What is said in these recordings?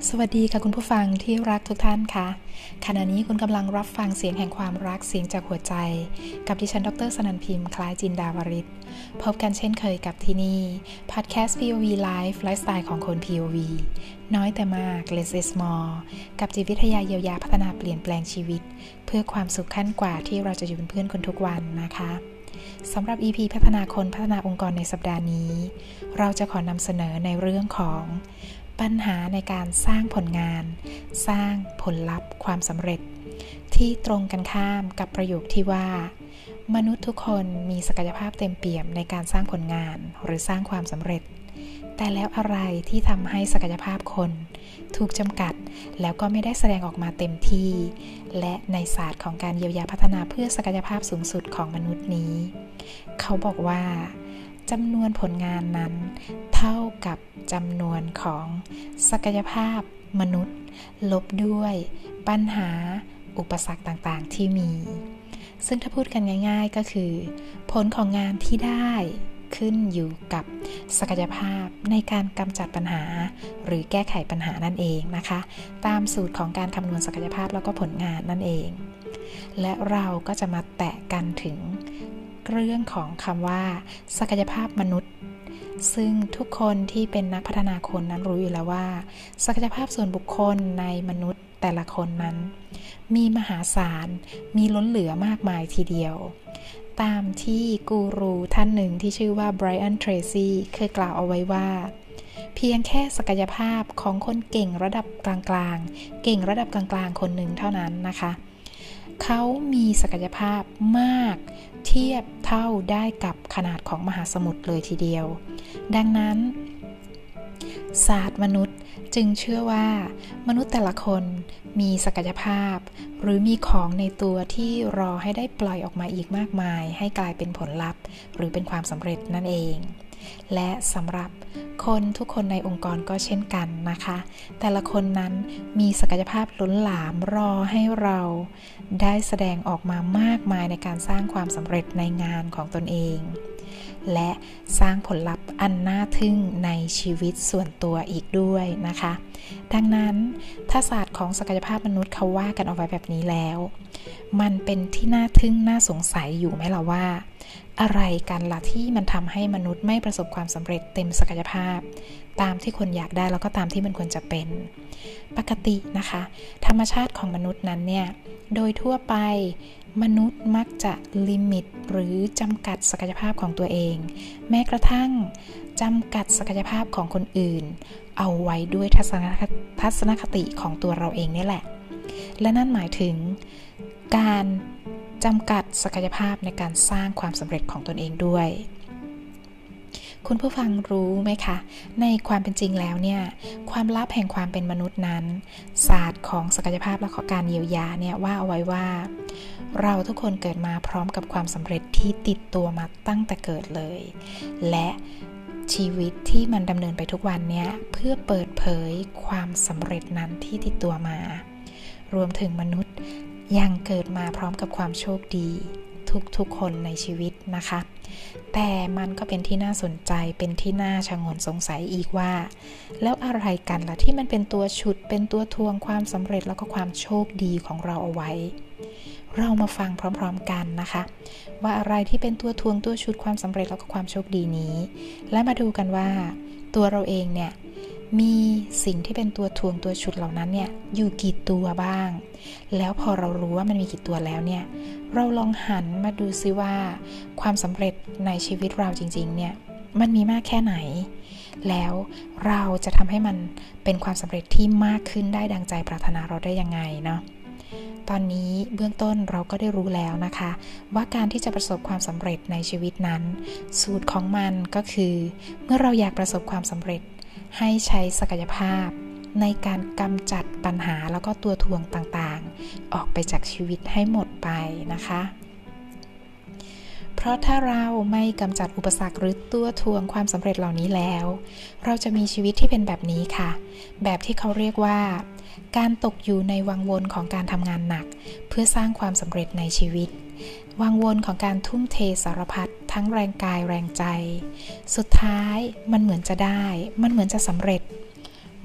สวัสดีค่ะคุณผู้ฟังที่รักทุกท่านค่ะขณะนี้คุณกำลังรับฟังเสียงแห่งความรักเสียงจากหัวใจกับดิฉันดร.สนันท์พิมพ์คล้ายจินดาวริศพบกันเช่นเคยกับที่นี่พอดแคสต์ POV Life ไลฟ์สไตล์ของคน POV น้อยแต่มาก less is more กับจิตวิทยาเยียวยาพัฒนาเปลี่ยนแปลงชีวิตเพื่อความสุขขั้นกว่าที่เราจะอยู่เป็นเพื่อนคนทุกวันนะคะสำหรับ EP พัฒนาคนพัฒนาองค์กรในสัปดาห์นี้เราจะขอนำเสนอในเรื่องของปัญหาในการสร้างผลงานสร้างผลลัพธ์ความสำเร็จที่ตรงกันข้ามกับประโยคที่ว่ามนุษย์ทุกคนมีศักยภาพเต็มเปี่ยมในการสร้างผลงานหรือสร้างความสำเร็จแต่แล้วอะไรที่ทำให้ศักยภาพคนถูกจำกัดแล้วก็ไม่ได้แสดงออกมาเต็มที่และในศาสตร์ของการเยียวยาพัฒนาเพื่อศักยภาพสูงสุดของมนุษย์นี้เขาบอกว่าจำนวนผลงานนั้นเท่ากับจำนวนของศักยภาพมนุษย์ลบด้วยปัญหาอุปสรรคต่างๆที่มีซึ่งถ้าพูดกันง่ายๆก็คือผลของงานที่ได้ขึ้นอยู่กับศักยภาพในการกำจัดปัญหาหรือแก้ไขปัญหานั่นเองนะคะตามสูตรของการคำนวณศักยภาพแล้วก็ผลงานนั่นเองและเราก็จะมาแตะกันถึงเรื่องของคำว่าศักยภาพมนุษย์ซึ่งทุกคนที่เป็นนักพัฒนาคนนั้นรู้อยู่แล้วว่าศักยภาพส่วนบุคคลในมนุษย์แต่ละคนนั้นมีมหาศาลมีล้นเหลือมากมายทีเดียวตามที่กูรูท่านหนึ่งที่ชื่อว่าไบรอัน เทรซี่เคยกล่าวเอาไว้ว่าเพียงแค่ศักยภาพของคนเก่งระดับกลางๆเก่งระดับกลางๆคนหนึ่งเท่านั้นนะคะเขามีศักยภาพมากเทียบเท่าได้กับขนาดของมหาสมุทรเลยทีเดียวดังนั้นศาสตร์มนุษย์จึงเชื่อว่ามนุษย์แต่ละคนมีศักยภาพหรือมีของในตัวที่รอให้ได้ปล่อยออกมาอีกมากมายให้กลายเป็นผลลัพธ์หรือเป็นความสำเร็จนั่นเองและสำหรับคนทุกคนในองค์กรก็เช่นกันนะคะแต่ละคนนั้นมีศักยภาพล้นหลามรอให้เราได้แสดงออกมามากมายในการสร้างความสำเร็จในงานของตนเองและสร้างผลลัพธ์อันน่าทึ่งในชีวิตส่วนตัวอีกด้วยนะคะดังนั้นถ้าศาสตร์ของศักยภาพมนุษย์เขาว่ากันเอาไว้แบบนี้แล้วมันเป็นที่น่าทึ่งน่าสงสัยอยู่ไหมล่ะว่าอะไรกันล่ะที่มันทำให้มนุษย์ไม่ประสบความสำเร็จเต็มศักยภาพตามที่คนอยากได้แล้วก็ตามที่มันควรจะเป็นปกตินะคะธรรมชาติของมนุษย์นั้นเนี่ยโดยทั่วไปมนุษย์มักจะลิมิตหรือจำกัดศักยภาพของตัวเองแม้กระทั่งจำกัดศักยภาพของคนอื่นเอาไว้ด้วยทัศนคติของตัวเราเองนี่แหละและนั่นหมายถึงการจำกัดศักยภาพในการสร้างความสำเร็จของตนเองด้วยคุณผู้ฟังรู้ไหมคะในความเป็นจริงแล้วเนี่ยความลับแห่งความเป็นมนุษย์นั้นศาสตร์ของศักยภาพและการเยียวยาเนี่ยว่าเอาไว้ว่าเราทุกคนเกิดมาพร้อมกับความสำเร็จที่ติดตัวมาตั้งแต่เกิดเลยและชีวิตที่มันดำเนินไปทุกวันเนี่ยเพื่อเปิดเผยความสำเร็จนั้นที่ติดตัวมารวมถึงมนุษย์ยังเกิดมาพร้อมกับความโชคดีทุกคนในชีวิตนะคะแต่มันก็เป็นที่น่าสนใจเป็นที่น่าชงนสงสัยอีกว่าแล้วอะไรกันล่ะที่มันเป็นตัวฉุดเป็นตัวทวงความสำเร็จแล้วก็ความโชคดีของเราเอาไว้เรามาฟังพร้อมๆกันนะคะว่าอะไรที่เป็นตัวทวงตัวฉุดความสำเร็จแล้วก็ความโชคดีนี้และมาดูกันว่าตัวเราเองเนี่ยมีสิ่งที่เป็นตัวทวงตัวฉุดเหล่านั้นเนี่ยอยู่กี่ตัวบ้างแล้วพอเรารู้ว่ามันมีกี่ตัวแล้วเนี่ยเราลองหันมาดูซิว่าความสำเร็จในชีวิตเราจริงๆเนี่ยมันมีมากแค่ไหนแล้วเราจะทำให้มันเป็นความสำเร็จที่มากขึ้นได้ดังใจปรารถนาเราได้ยังไงเนาะตอนนี้เบื้องต้นเราก็ได้รู้แล้วนะคะว่าการที่จะประสบความสำเร็จในชีวิตนั้นสูตรของมันก็คือเมื่อเราอยากประสบความสำเร็จให้ใช้ศักยภาพในการกำจัดปัญหาแล้วก็ตัวทวงต่างๆออกไปจากชีวิตให้หมดไปนะคะเพราะถ้าเราไม่กำจัดอุปสรรคหรือตัวทวงความสำเร็จเหล่านี้แล้วเราจะมีชีวิตที่เป็นแบบนี้ค่ะแบบที่เขาเรียกว่าการตกอยู่ในวังวนของการทำงานหนักเพื่อสร้างความสำเร็จในชีวิตวังวนของการทุ่มเทสารพัดทั้งแรงกายแรงใจสุดท้ายมันเหมือนจะได้มันเหมือนจะสำเร็จ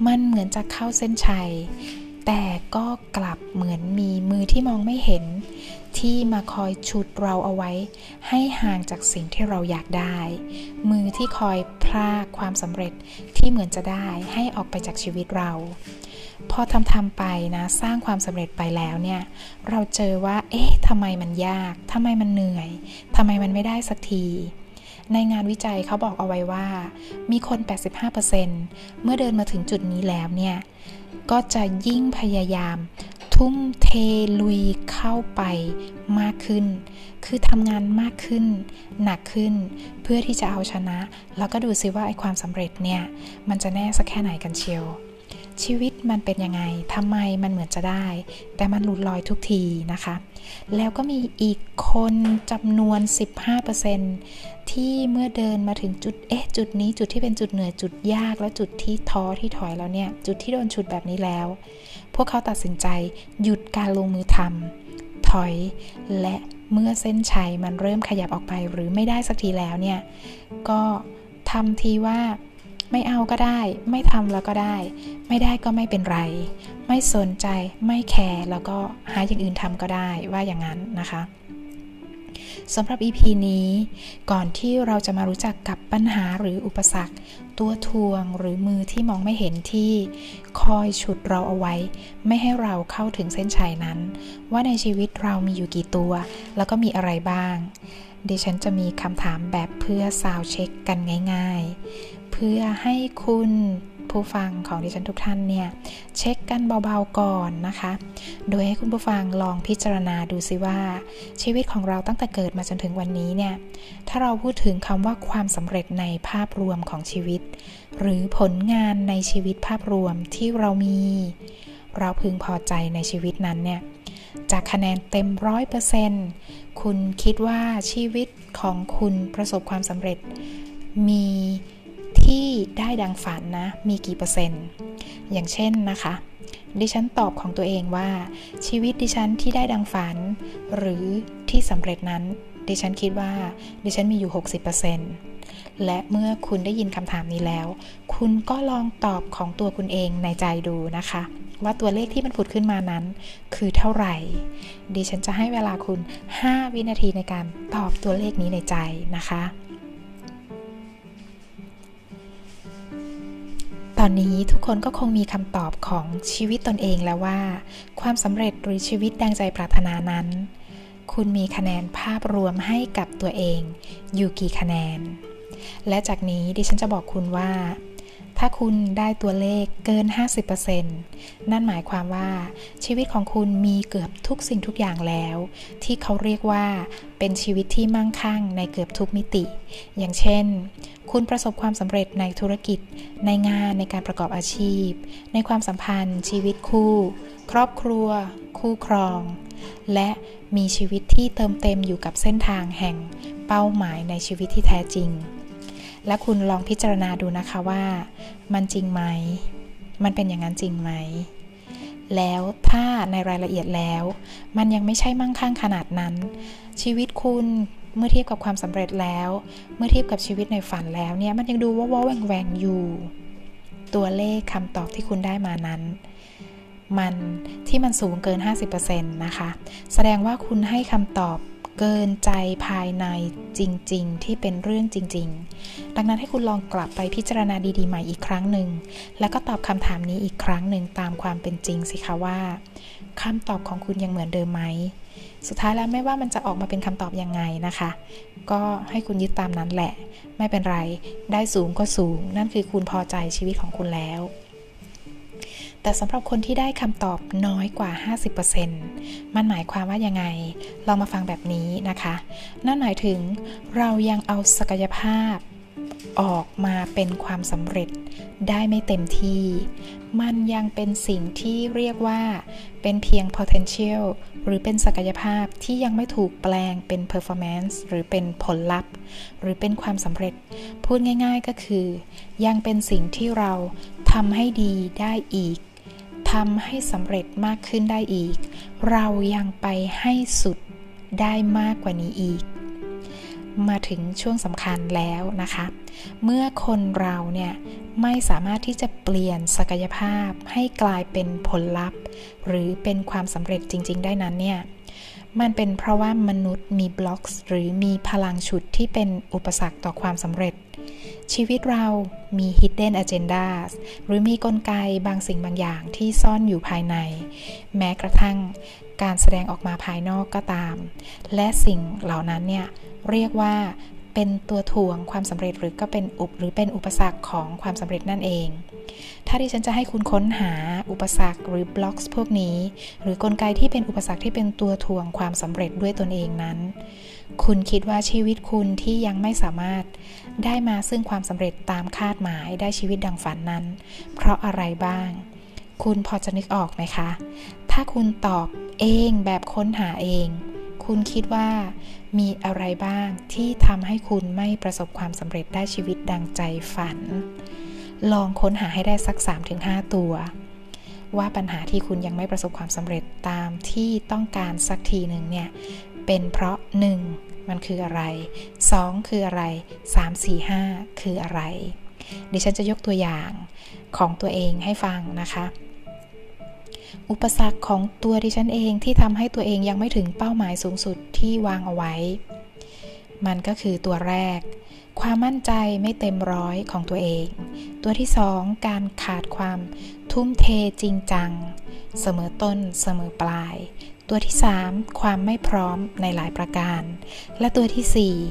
มันเหมือนจะเข้าเส้นชัยแต่ก็กลับเหมือนมีมือที่มองไม่เห็นที่มาคอยฉุดเราเอาไว้ให้ห่างจากสิ่งที่เราอยากได้มือที่คอยพรากความสำเร็จที่เหมือนจะได้ให้ออกไปจากชีวิตเราพอทำไปนะสร้างความสำเร็จไปแล้วเนี่ยเราเจอว่าทำไมมันยากทำไมมันเหนื่อยทำไมมันไม่ได้สักทีในงานวิจัยเขาบอกเอาไว้ว่ามีคน 85% เมื่อเดินมาถึงจุดนี้แล้วเนี่ยก็จะยิ่งพยายามทุ่มเทลุยเข้าไปมากขึ้นคือทำงานมากขึ้นหนักขึ้นเพื่อที่จะเอาชนะแล้วก็ดูซิว่าไอ้ความสำเร็จเนี่ยมันจะแน่สักแค่ไหนกันเชียวชีวิตมันเป็นยังไงทำไมมันเหมือนจะได้แต่มันหลุดลอยทุกทีนะคะแล้วก็มีอีกคนจำนวน 15% ที่เมื่อเดินมาถึงจุดนี้จุดที่เป็นจุดเหนื่อยจุดยากและจุดที่ท้อที่ถอยแล้วเนี่ยจุดที่โดนฉุดแบบนี้แล้วพวกเขาตัดสินใจหยุดการลงมือทำถอยและเมื่อเส้นชัยมันเริ่มขยับออกไปหรือไม่ได้สักทีแล้วเนี่ยก็ทำทีว่าไม่เอาก็ได้ไม่ทำแล้วก็ได้ไม่ได้ก็ไม่เป็นไรไม่สนใจไม่แคร์แล้วก็หาอย่างอื่นทำก็ได้ว่าอย่างนั้นนะคะสำหรับ EP นี้ก่อนที่เราจะมารู้จักกับปัญหาหรืออุปสรรคตัวทวงหรือมือที่มองไม่เห็นที่คอยฉุดเราเอาไว้ไม่ให้เราเข้าถึงเส้นชัยนั้นว่าในชีวิตเรามีอยู่กี่ตัวแล้วก็มีอะไรบ้างดิฉันจะมีคำถามแบบเพื่อซาวด์เช็คกันง่ายๆเพื่อให้คุณผู้ฟังของดิฉันทุกท่านเนี่ยเช็คกันเบาๆก่อนนะคะโดยให้คุณผู้ฟังลองพิจารณาดูซิว่าชีวิตของเราตั้งแต่เกิดมาจนถึงวันนี้เนี่ยถ้าเราพูดถึงคำว่าความสำเร็จในภาพรวมของชีวิตหรือผลงานในชีวิตภาพรวมที่เรามีเราพึงพอใจในชีวิตนั้นเนี่ยจากคะแนนเต็ม 100% คุณคิดว่าชีวิตของคุณประสบความสำเร็จมีที่ได้ดังฝันนะมีกี่เปอร์เซ็นต์อย่างเช่นนะคะดิฉันตอบของตัวเองว่าชีวิตดิฉันที่ได้ดังฝันหรือที่สำเร็จนั้นดิฉันคิดว่าดิฉันมีอยู่ 60% และเมื่อคุณได้ยินคำถามนี้แล้วคุณก็ลองตอบของตัวคุณเองในใจดูนะคะว่าตัวเลขที่มันผุดขึ้นมานั้นคือเท่าไหร่ดิฉันจะให้เวลาคุณ5วินาทีในการตอบตัวเลขนี้ในใจนะคะตอนนี้ทุกคนก็คงมีคำตอบของชีวิตตนเองแล้วว่าความสำเร็จหรือชีวิตดังใจปรารถนานั้นคุณมีคะแนนภาพรวมให้กับตัวเองอยู่กี่คะแนนและจากนี้ดิฉันจะบอกคุณว่าถ้าคุณได้ตัวเลขเกิน 50% นั่นหมายความว่าชีวิตของคุณมีเกือบทุกสิ่งทุกอย่างแล้วที่เขาเรียกว่าเป็นชีวิตที่มั่งคั่งในเกือบทุกมิติอย่างเช่นคุณประสบความสำเร็จในธุรกิจในงานในการประกอบอาชีพในความสัมพันธ์ชีวิตคู่ครอบครัวคู่ครองและมีชีวิตที่เติมเต็มอยู่กับเส้นทางแห่งเป้าหมายในชีวิตที่แท้จริงและคุณลองพิจารณาดูนะคะว่ามันจริงไหมมันเป็นอย่างนั้นจริงไหมแล้วถ้าในรายละเอียดแล้วมันยังไม่ใช่มั่งคั่งขนาดนั้นชีวิตคุณเมื่อเทียบกับความสำเร็จแล้วเมื่อเทียบกับชีวิตในฝันแล้วเนี่ยมันยังดูว้าวแหว่งอยู่ตัวเลขคำตอบที่คุณได้มานั้นมันที่มันสูงเกิน 50% นะคะแสดงว่าคุณให้คำตอบเกินใจภายในจริงๆที่เป็นเรื่องจริงๆดังนั้นให้คุณลองกลับไปพิจารณาดีๆใหม่อีกครั้งหนึ่งแล้วก็ตอบคำถามนี้อีกครั้งหนึ่งตามความเป็นจริงสิคะว่าคำตอบของคุณยังเหมือนเดิมไหมสุดท้ายแล้วไม่ว่ามันจะออกมาเป็นคำตอบยังไงนะคะก็ให้คุณยึดตามนั้นแหละไม่เป็นไรได้สูงก็สูงนั่นคือคุณพอใจชีวิตของคุณแล้วแต่สำหรับคนที่ได้คำตอบน้อยกว่า 50% มันหมายความว่ายังไงลองมาฟังแบบนี้นะคะนั่นหมายถึงเรายังเอาศักยภาพออกมาเป็นความสำเร็จได้ไม่เต็มที่มันยังเป็นสิ่งที่เรียกว่าเป็นเพียง potential หรือเป็นศักยภาพที่ยังไม่ถูกแปลงเป็น performance หรือเป็นผลลัพธ์หรือเป็นความสำเร็จพูดง่ายๆก็คือยังเป็นสิ่งที่เราทำให้ดีได้อีกทำให้สำเร็จมากขึ้นได้อีกเรายังไปให้สุดได้มากกว่านี้อีกมาถึงช่วงสำคัญแล้วนะคะเมื่อคนเราเนี่ยไม่สามารถที่จะเปลี่ยนศักยภาพให้กลายเป็นผลลัพธ์หรือเป็นความสำเร็จจริงๆได้นั้นเนี่ยมันเป็นเพราะว่ามนุษย์มีบล็อกหรือมีพลังฉุดที่เป็นอุปสรรคต่อความสำเร็จชีวิตเรามี hidden agenda หรือมีกลไกบางสิ่งบางอย่างที่ซ่อนอยู่ภายในแม้กระทั่งการแสดงออกมาภายนอกก็ตามและสิ่งเหล่านั้นเนี่ยเรียกว่าเป็นตัวถ่วงความสำเร็จหรือเป็นอุปสรรคของความสำเร็จนั่นเองถ้าดิฉันจะให้คุณค้นหาอุปสรรคหรือบล็อกพวกนี้หรือกลไกที่เป็นอุปสรรคที่เป็นตัวถ่วงความสำเร็จด้วยตนเองนั้นคุณคิดว่าชีวิตคุณที่ยังไม่สามารถได้มาซึ่งความสำเร็จตามคาดหมายได้ชีวิตดังฝันนั้นเพราะอะไรบ้างคุณพอจะนึกออกไหมคะถ้าคุณตอบเองแบบค้นหาเองคุณคิดว่ามีอะไรบ้างที่ทำให้คุณไม่ประสบความสำเร็จได้ชีวิตดังใจฝันลองค้นหาให้ได้สัก 3-5 ตัวว่าปัญหาที่คุณยังไม่ประสบความสำเร็จตามที่ต้องการสักทีหนึ่งเนี่ยเป็นเพราะ 1. มันคืออะไร 2. คืออะไร 3, 4, 5 คืออะไรดิฉันจะยกตัวอย่างของตัวเองให้ฟังนะคะอุปสรรคของตัวดิฉันเองที่ทำให้ตัวเองยังไม่ถึงเป้าหมายสูงสุดที่วางเอาไว้มันก็คือตัวแรกความมั่นใจไม่เต็มร้อยของตัวเองตัวที่ 2การขาดความทุ่มเทจริงจังเสมอต้นเสมอปลายตัวที่ 3ความไม่พร้อมในหลายประการและตัวที่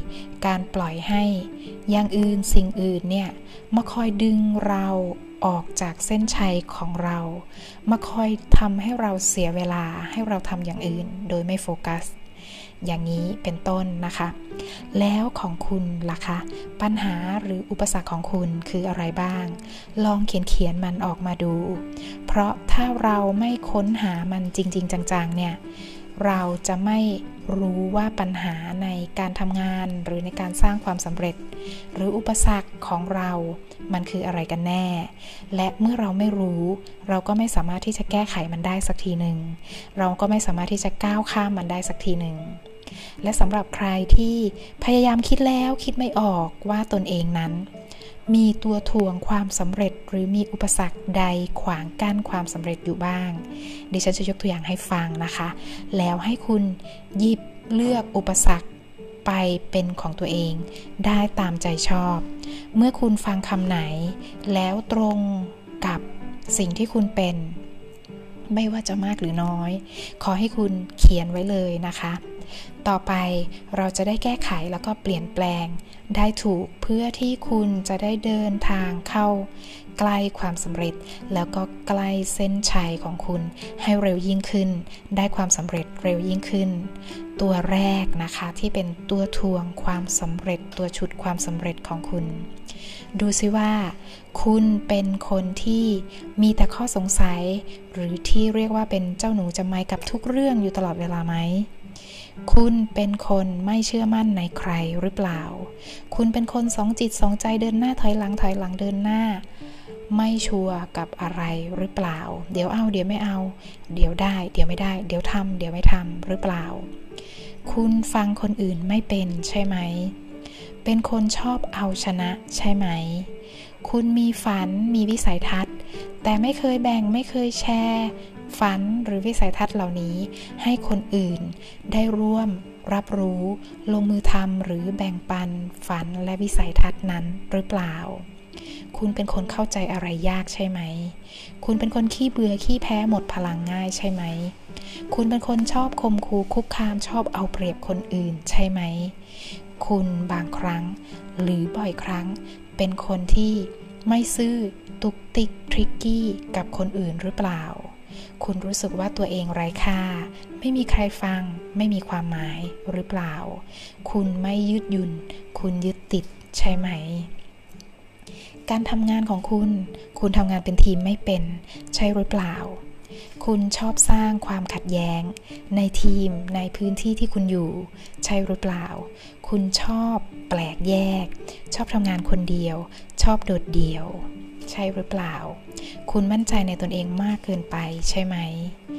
4การปล่อยให้อย่างอื่นสิ่งอื่นเนี่ยมาคอยดึงเราออกจากเส้นชัยของเรามาคอยทำให้เราเสียเวลาให้เราทำอย่างอื่นโดยไม่โฟกัสอย่างนี้เป็นต้นนะคะแล้วของคุณล่ะคะปัญหาหรืออุปสรรคของคุณคืออะไรบ้างลองเขียนมันออกมาดูเพราะถ้าเราไม่ค้นหามันจริงๆจังๆเนี่ยเราจะไม่รู้ว่าปัญหาในการทำงานหรือในการสร้างความสำเร็จหรืออุปสรรคของเรามันคืออะไรกันแน่และเมื่อเราไม่รู้เราก็ไม่สามารถที่จะแก้ไขมันได้สักทีหนึ่งเราก็ไม่สามารถที่จะก้าวข้ามมันได้สักทีหนึ่งและสำหรับใครที่พยายามคิดแล้วคิดไม่ออกว่าตนเองนั้นมีตัวถ่วงความสำเร็จหรือมีอุปสรรคใดขวางกั้นความสำเร็จอยู่บ้างดิฉันจะยกตัวอย่างให้ฟังนะคะแล้วให้คุณหยิบเลือกอุปสรรคไปเป็นของตัวเองได้ตามใจชอบเมื่อคุณฟังคำไหนแล้วตรงกับสิ่งที่คุณเป็นไม่ว่าจะมากหรือน้อยขอให้คุณเขียนไว้เลยนะคะต่อไปเราจะได้แก้ไขแล้วก็เปลี่ยนแปลงได้ถูกเพื่อที่คุณจะได้เดินทางเข้าใกล้ความสำเร็จแล้วก็ใกล้เส้นชัยของคุณให้เร็วยิ่งขึ้นได้ความสำเร็จเร็วยิ่งขึ้นตัวแรกนะคะที่เป็นตัวทวงความสำเร็จตัวฉุดความสำเร็จของคุณดูซิว่าคุณเป็นคนที่มีแต่ข้อสงสัยหรือที่เรียกว่าเป็นเจ้าหนูจำไมกับทุกเรื่องอยู่ตลอดเวลาไหมคุณเป็นคนไม่เชื่อมั่นในใครหรือเปล่าคุณเป็นคนสองจิตสองใจเดินหน้าถอยหลังถอยหลังเดินหน้าไม่ชัวร์กับอะไรหรือเปล่าเดี๋ยวเอาเดี๋ยวไม่เอาเดี๋ยวได้เดี๋ยวไม่ได้เดี๋ยวทำเดี๋ยวไม่ทำหรือเปล่าคุณฟังคนอื่นไม่เป็นใช่ไหมเป็นคนชอบเอาชนะใช่ไหมคุณมีฝันมีวิสัยทัศน์แต่ไม่เคยแบ่งไม่เคยแชร์ฝันหรือวิสัยทัศน์เหล่านี้ให้คนอื่นได้ร่วมรับรู้ลงมือทำหรือแบ่งปันฝันและวิสัยทัศน์นั้นหรือเปล่าคุณเป็นคนเข้าใจอะไรยากใช่ไหมคุณเป็นคนขี้เบื่อขี้แพ้หมดพลังง่ายใช่ไหมคุณเป็นคนชอบข่มขู่คุกคามชอบเอาเปรียบคนอื่นใช่ไหมคุณบางครั้งหรือบ่อยครั้งเป็นคนที่ไม่ซื่อตุกติกทริกกี้กับคนอื่นหรือเปล่าคุณรู้สึกว่าตัวเองไร้ค่าไม่มีใครฟังไม่มีความหมายหรือเปล่าคุณไม่ยืดหยุ่นคุณยึดติดใช่ไหมการทำงานของคุณทำงานเป็นทีมไม่เป็นใช่หรือเปล่าคุณชอบสร้างความขัดแย้งในทีมในพื้นที่ที่คุณอยู่ใช่หรือเปล่าคุณชอบแปลกแยกชอบทำงานคนเดียวชอบโดดเดี่ยวใช่หรือเปล่าคุณมั่นใจในตนเองมากเกินไปใช่ไหม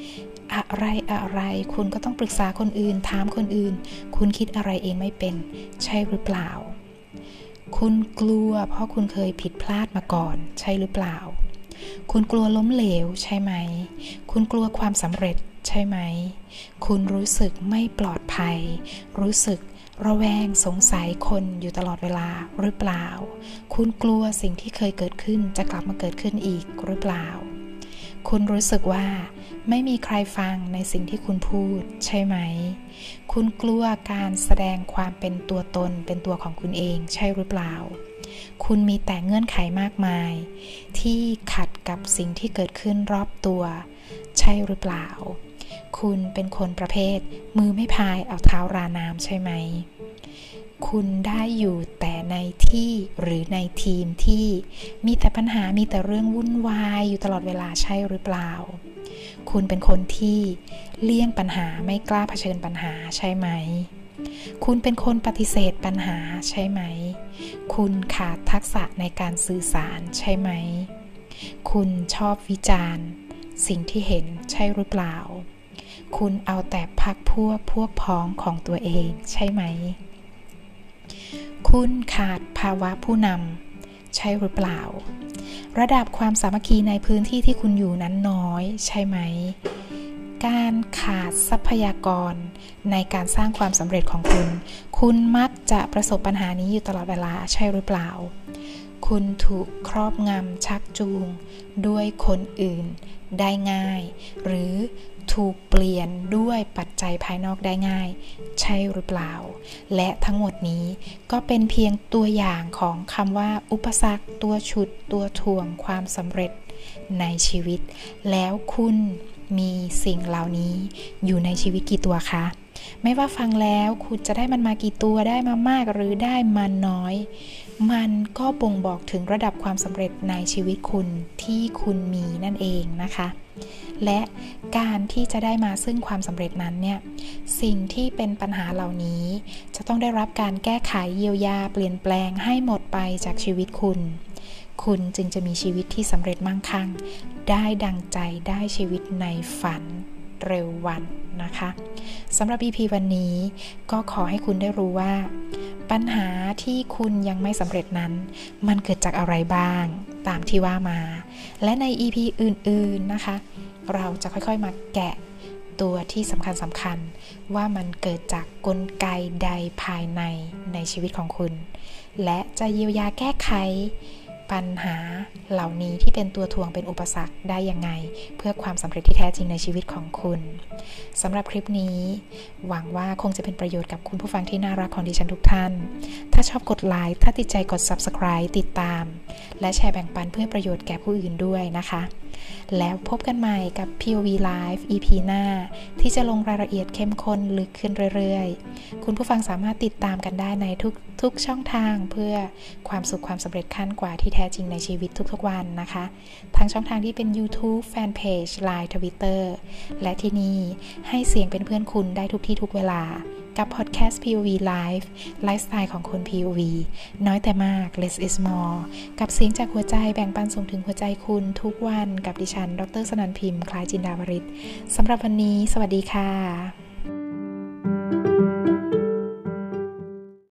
อะไรคุณก็ต้องปรึกษาคนอื่นถามคนอื่นคุณคิดอะไรเองไม่เป็นใช่หรือเปล่าคุณกลัวเพราะคุณเคยผิดพลาดมาก่อนใช่หรือเปล่าคุณกลัวล้มเหลวใช่ไหมคุณกลัวความสำเร็จใช่ไหมคุณรู้สึกไม่ปลอดภัยรู้สึกระแวงสงสัยคนอยู่ตลอดเวลาหรือเปล่าคุณกลัวสิ่งที่เคยเกิดขึ้นจะกลับมาเกิดขึ้นอีกหรือเปล่าคุณรู้สึกว่าไม่มีใครฟังในสิ่งที่คุณพูดใช่ไหมคุณกลัวการแสดงความเป็นตัวตนเป็นตัวของคุณเองใช่หรือเปล่าคุณมีแต่เงื่อนไขมากมายที่ขัดกับสิ่งที่เกิดขึ้นรอบตัวใช่หรือเปล่าคุณเป็นคนประเภทมือไม่พายเอาเท้าราน้ำใช่ไหมคุณได้อยู่แต่ในที่หรือในทีมที่มีแต่ปัญหามีแต่เรื่องวุ่นวายอยู่ตลอดเวลาใช่หรือเปล่าคุณเป็นคนที่เลี่ยงปัญหาไม่กล้าเผชิญปัญหาใช่ไหมคุณเป็นคนปฏิเสธปัญหาใช่ไหมคุณขาดทักษะในการสื่อสารใช่ไหมคุณชอบวิจารณ์สิ่งที่เห็นใช่หรือเปล่าคุณเอาแต่พักพวกพ้องของตัวเองใช่ไหมคุณขาดภาวะผู้นำใช่หรือเปล่าระดับความสามัคคีในพื้นที่ที่คุณอยู่นั้นน้อยใช่ไหมการขาดทรัพยากรในการสร้างความสำเร็จของคุณมักจะประสบปัญหานี้อยู่ตลอดเวลาใช่หรือเปล่าคุณถูกครอบงำชักจูงด้วยคนอื่นได้ง่ายหรือถูกเปลี่ยนด้วยปัจจัยภายนอกได้ง่ายใช่หรือเปล่าและทั้งหมดนี้ก็เป็นเพียงตัวอย่างของคำว่าอุปสรรคตัวฉุดตัวถ่วงความสำเร็จในชีวิตแล้วคุณมีสิ่งเหล่านี้อยู่ในชีวิตกี่ตัวคะไม่ว่าฟังแล้วคุณจะได้มันมากี่ตัวได้มามากหรือได้มาน้อยมันก็บ่งบอกถึงระดับความสำเร็จในชีวิตคุณที่คุณมีนั่นเองนะคะและการที่จะได้มาซึ่งความสำเร็จนั้นเนี่ยสิ่งที่เป็นปัญหาเหล่านี้จะต้องได้รับการแก้ไขเยียวยาเปลี่ยนแปลงให้หมดไปจากชีวิตคุณจึงจะมีชีวิตที่สำเร็จมั่งคั่งได้ดังใจได้ชีวิตในฝันเร็ววันนะคะสำหรับ EP วันนี้ก็ขอให้คุณได้รู้ว่าปัญหาที่คุณยังไม่สำเร็จนั้นมันเกิดจากอะไรบ้างตามที่ว่ามาและใน EP อื่นๆนะคะเราจะค่อยๆมาแกะตัวที่สำคัญว่ามันเกิดจากกลไกใดภายในชีวิตของคุณและจะเยียวยาแก้ไขปัญหาเหล่านี้ที่เป็นตัวถ่วงเป็นอุปสรรคได้ยังไงเพื่อความสำเร็จที่แท้จริงในชีวิตของคุณสำหรับคลิปนี้หวังว่าคงจะเป็นประโยชน์กับคุณผู้ฟังที่น่ารักของดิฉันทุกท่านถ้าชอบกดไลค์ถ้าติดใจกด Subscribe ติดตามและแชร์แบ่งปันเพื่อประโยชน์แก่ผู้อื่นด้วยนะคะแล้วพบกันใหม่กับ POV Live EP หน้าที่จะลงรายละเอียดเข้มข้นลึกขึ้นเรื่อยๆคุณผู้ฟังสามารถติดตามกันได้ในทุกช่องทางเพื่อความสุขความสำเร็จขั้นกว่าที่แท้จริงในชีวิตทุกๆวันนะคะทั้งช่องทางที่เป็น YouTube Fanpage Line Twitter และที่นี่ให้เสียงเป็นเพื่อนคุณได้ทุกที่ทุกเวลากับ Podcast POV Live ไลฟ์สไตล์ของคน POV น้อยแต่มาก less is more กับเสียงจากหัวใจแบ่งปันส่งถึงหัวใจคุณทุกวันกับดิฉันดร.สนันท์พิมพ์คล้ายจินดาวริศสำหรับวันนี้สวัสดีค่ะ